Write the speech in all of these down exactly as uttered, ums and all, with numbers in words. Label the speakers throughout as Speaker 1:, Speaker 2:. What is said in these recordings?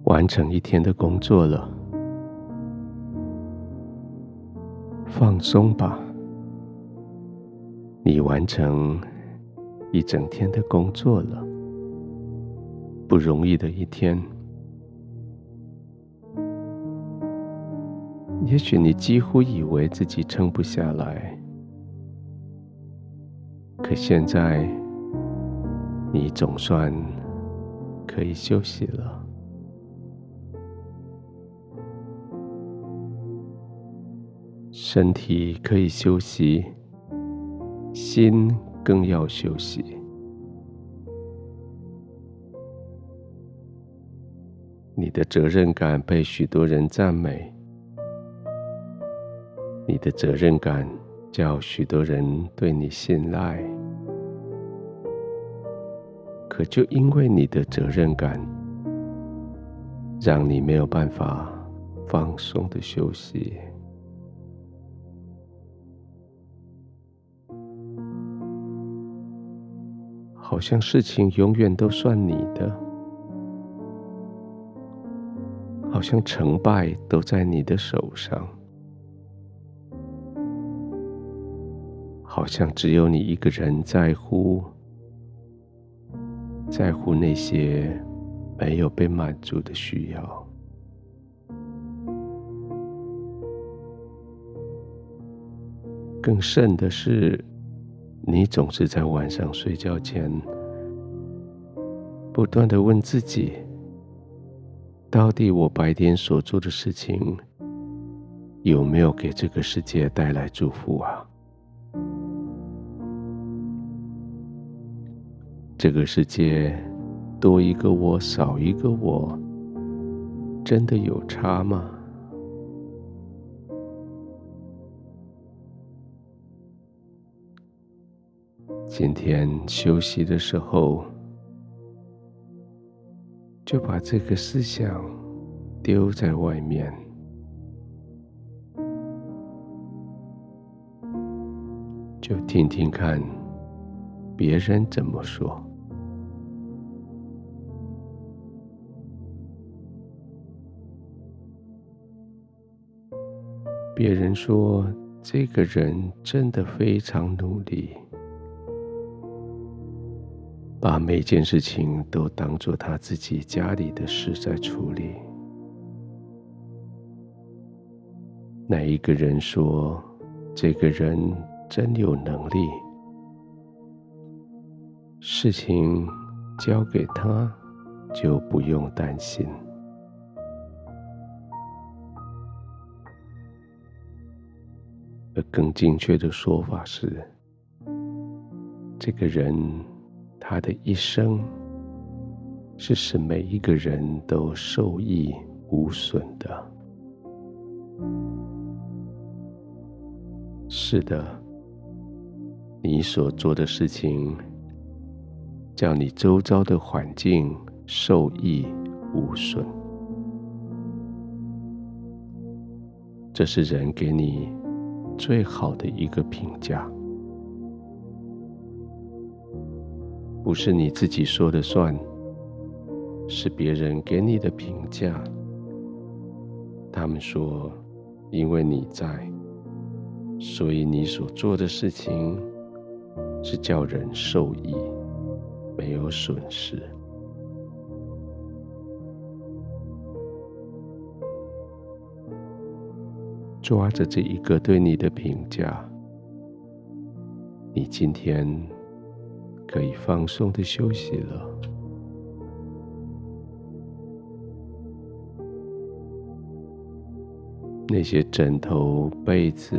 Speaker 1: 完成一天的工作了，放松吧。你完成一整天的工作了，不容易的一天。也许你几乎以为自己撑不下来，可现在你总算可以休息了。身体可以休息，心更要休息。你的责任感被许多人赞美，你的责任感叫许多人对你信赖，可就因为你的责任感，让你没有办法放松的休息。好像事情永远都算你的，好像成败都在你的手上，好像只有你一个人在乎，在乎那些没有被满足的需要。更甚的是，你总是在晚上睡觉前不断地问自己，到底我白天所做的事情有没有给这个世界带来祝福啊？这个世界多一个我少一个我，真的有差吗？今天休息的时候，就把这个思想丢在外面，就听听看别人怎么说。别人说这个人真的非常努力，把每件事情都当作他自己家里的事在处理。哪一个人说这个人真有能力，事情交给他就不用担心。而更精确的说法是，这个人他的一生是使每一个人都受益无损的。是的，你所做的事情叫你周遭的环境受益无损，这是人给你最好的一个评价。不是你自己说了算，是别人给你的评价。他们说，因为你在，所以你所做的事情是叫人受益，没有损失。抓着这一个对你的评价，你今天可以放松的休息了。那些枕头、被子，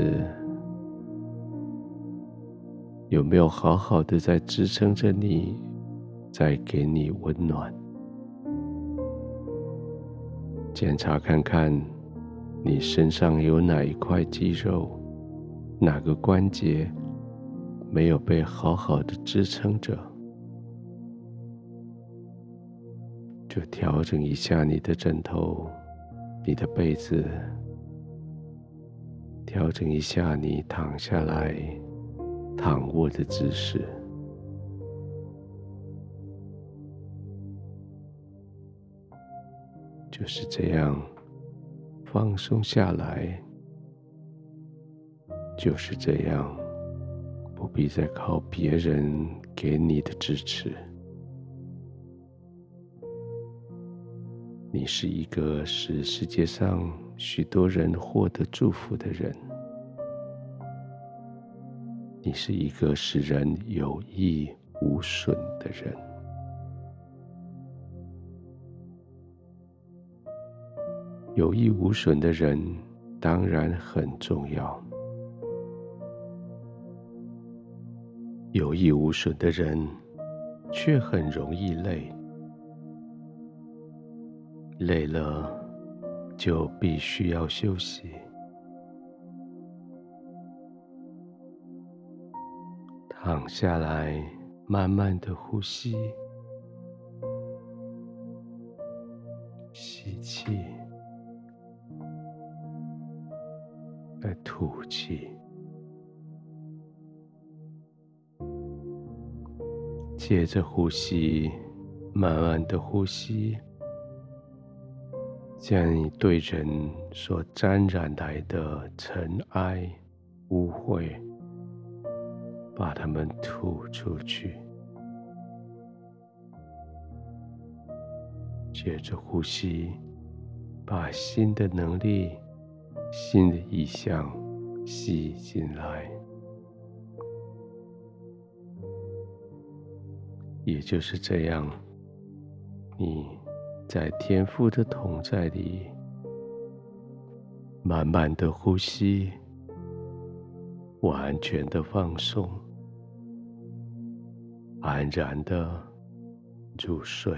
Speaker 1: 有没有好好的在支撑着你，在给你温暖？检查看看你身上有哪一块肌肉，哪个关节没有被好好的支撑着，就调整一下你的枕头、你的被子，调整一下你躺下来、躺卧的姿势。 就是这样放松下来，就是这样，不必再靠别人给你的支持。你是一个使世界上许多人获得祝福的人，你是一个使人有益无损的人。有益无损的人当然很重要，有益无损的人却很容易累，累了就必须要休息。躺下来，慢慢的呼吸，吸气，再吐气，接着呼吸，慢慢的呼吸，将你对人所沾染来的尘埃、污秽，把它们吐出去。接着呼吸，把新的能力、新的意象吸进来。也就是这样，你在天父的同在里，慢慢的呼吸，完全的放松，安然的入睡。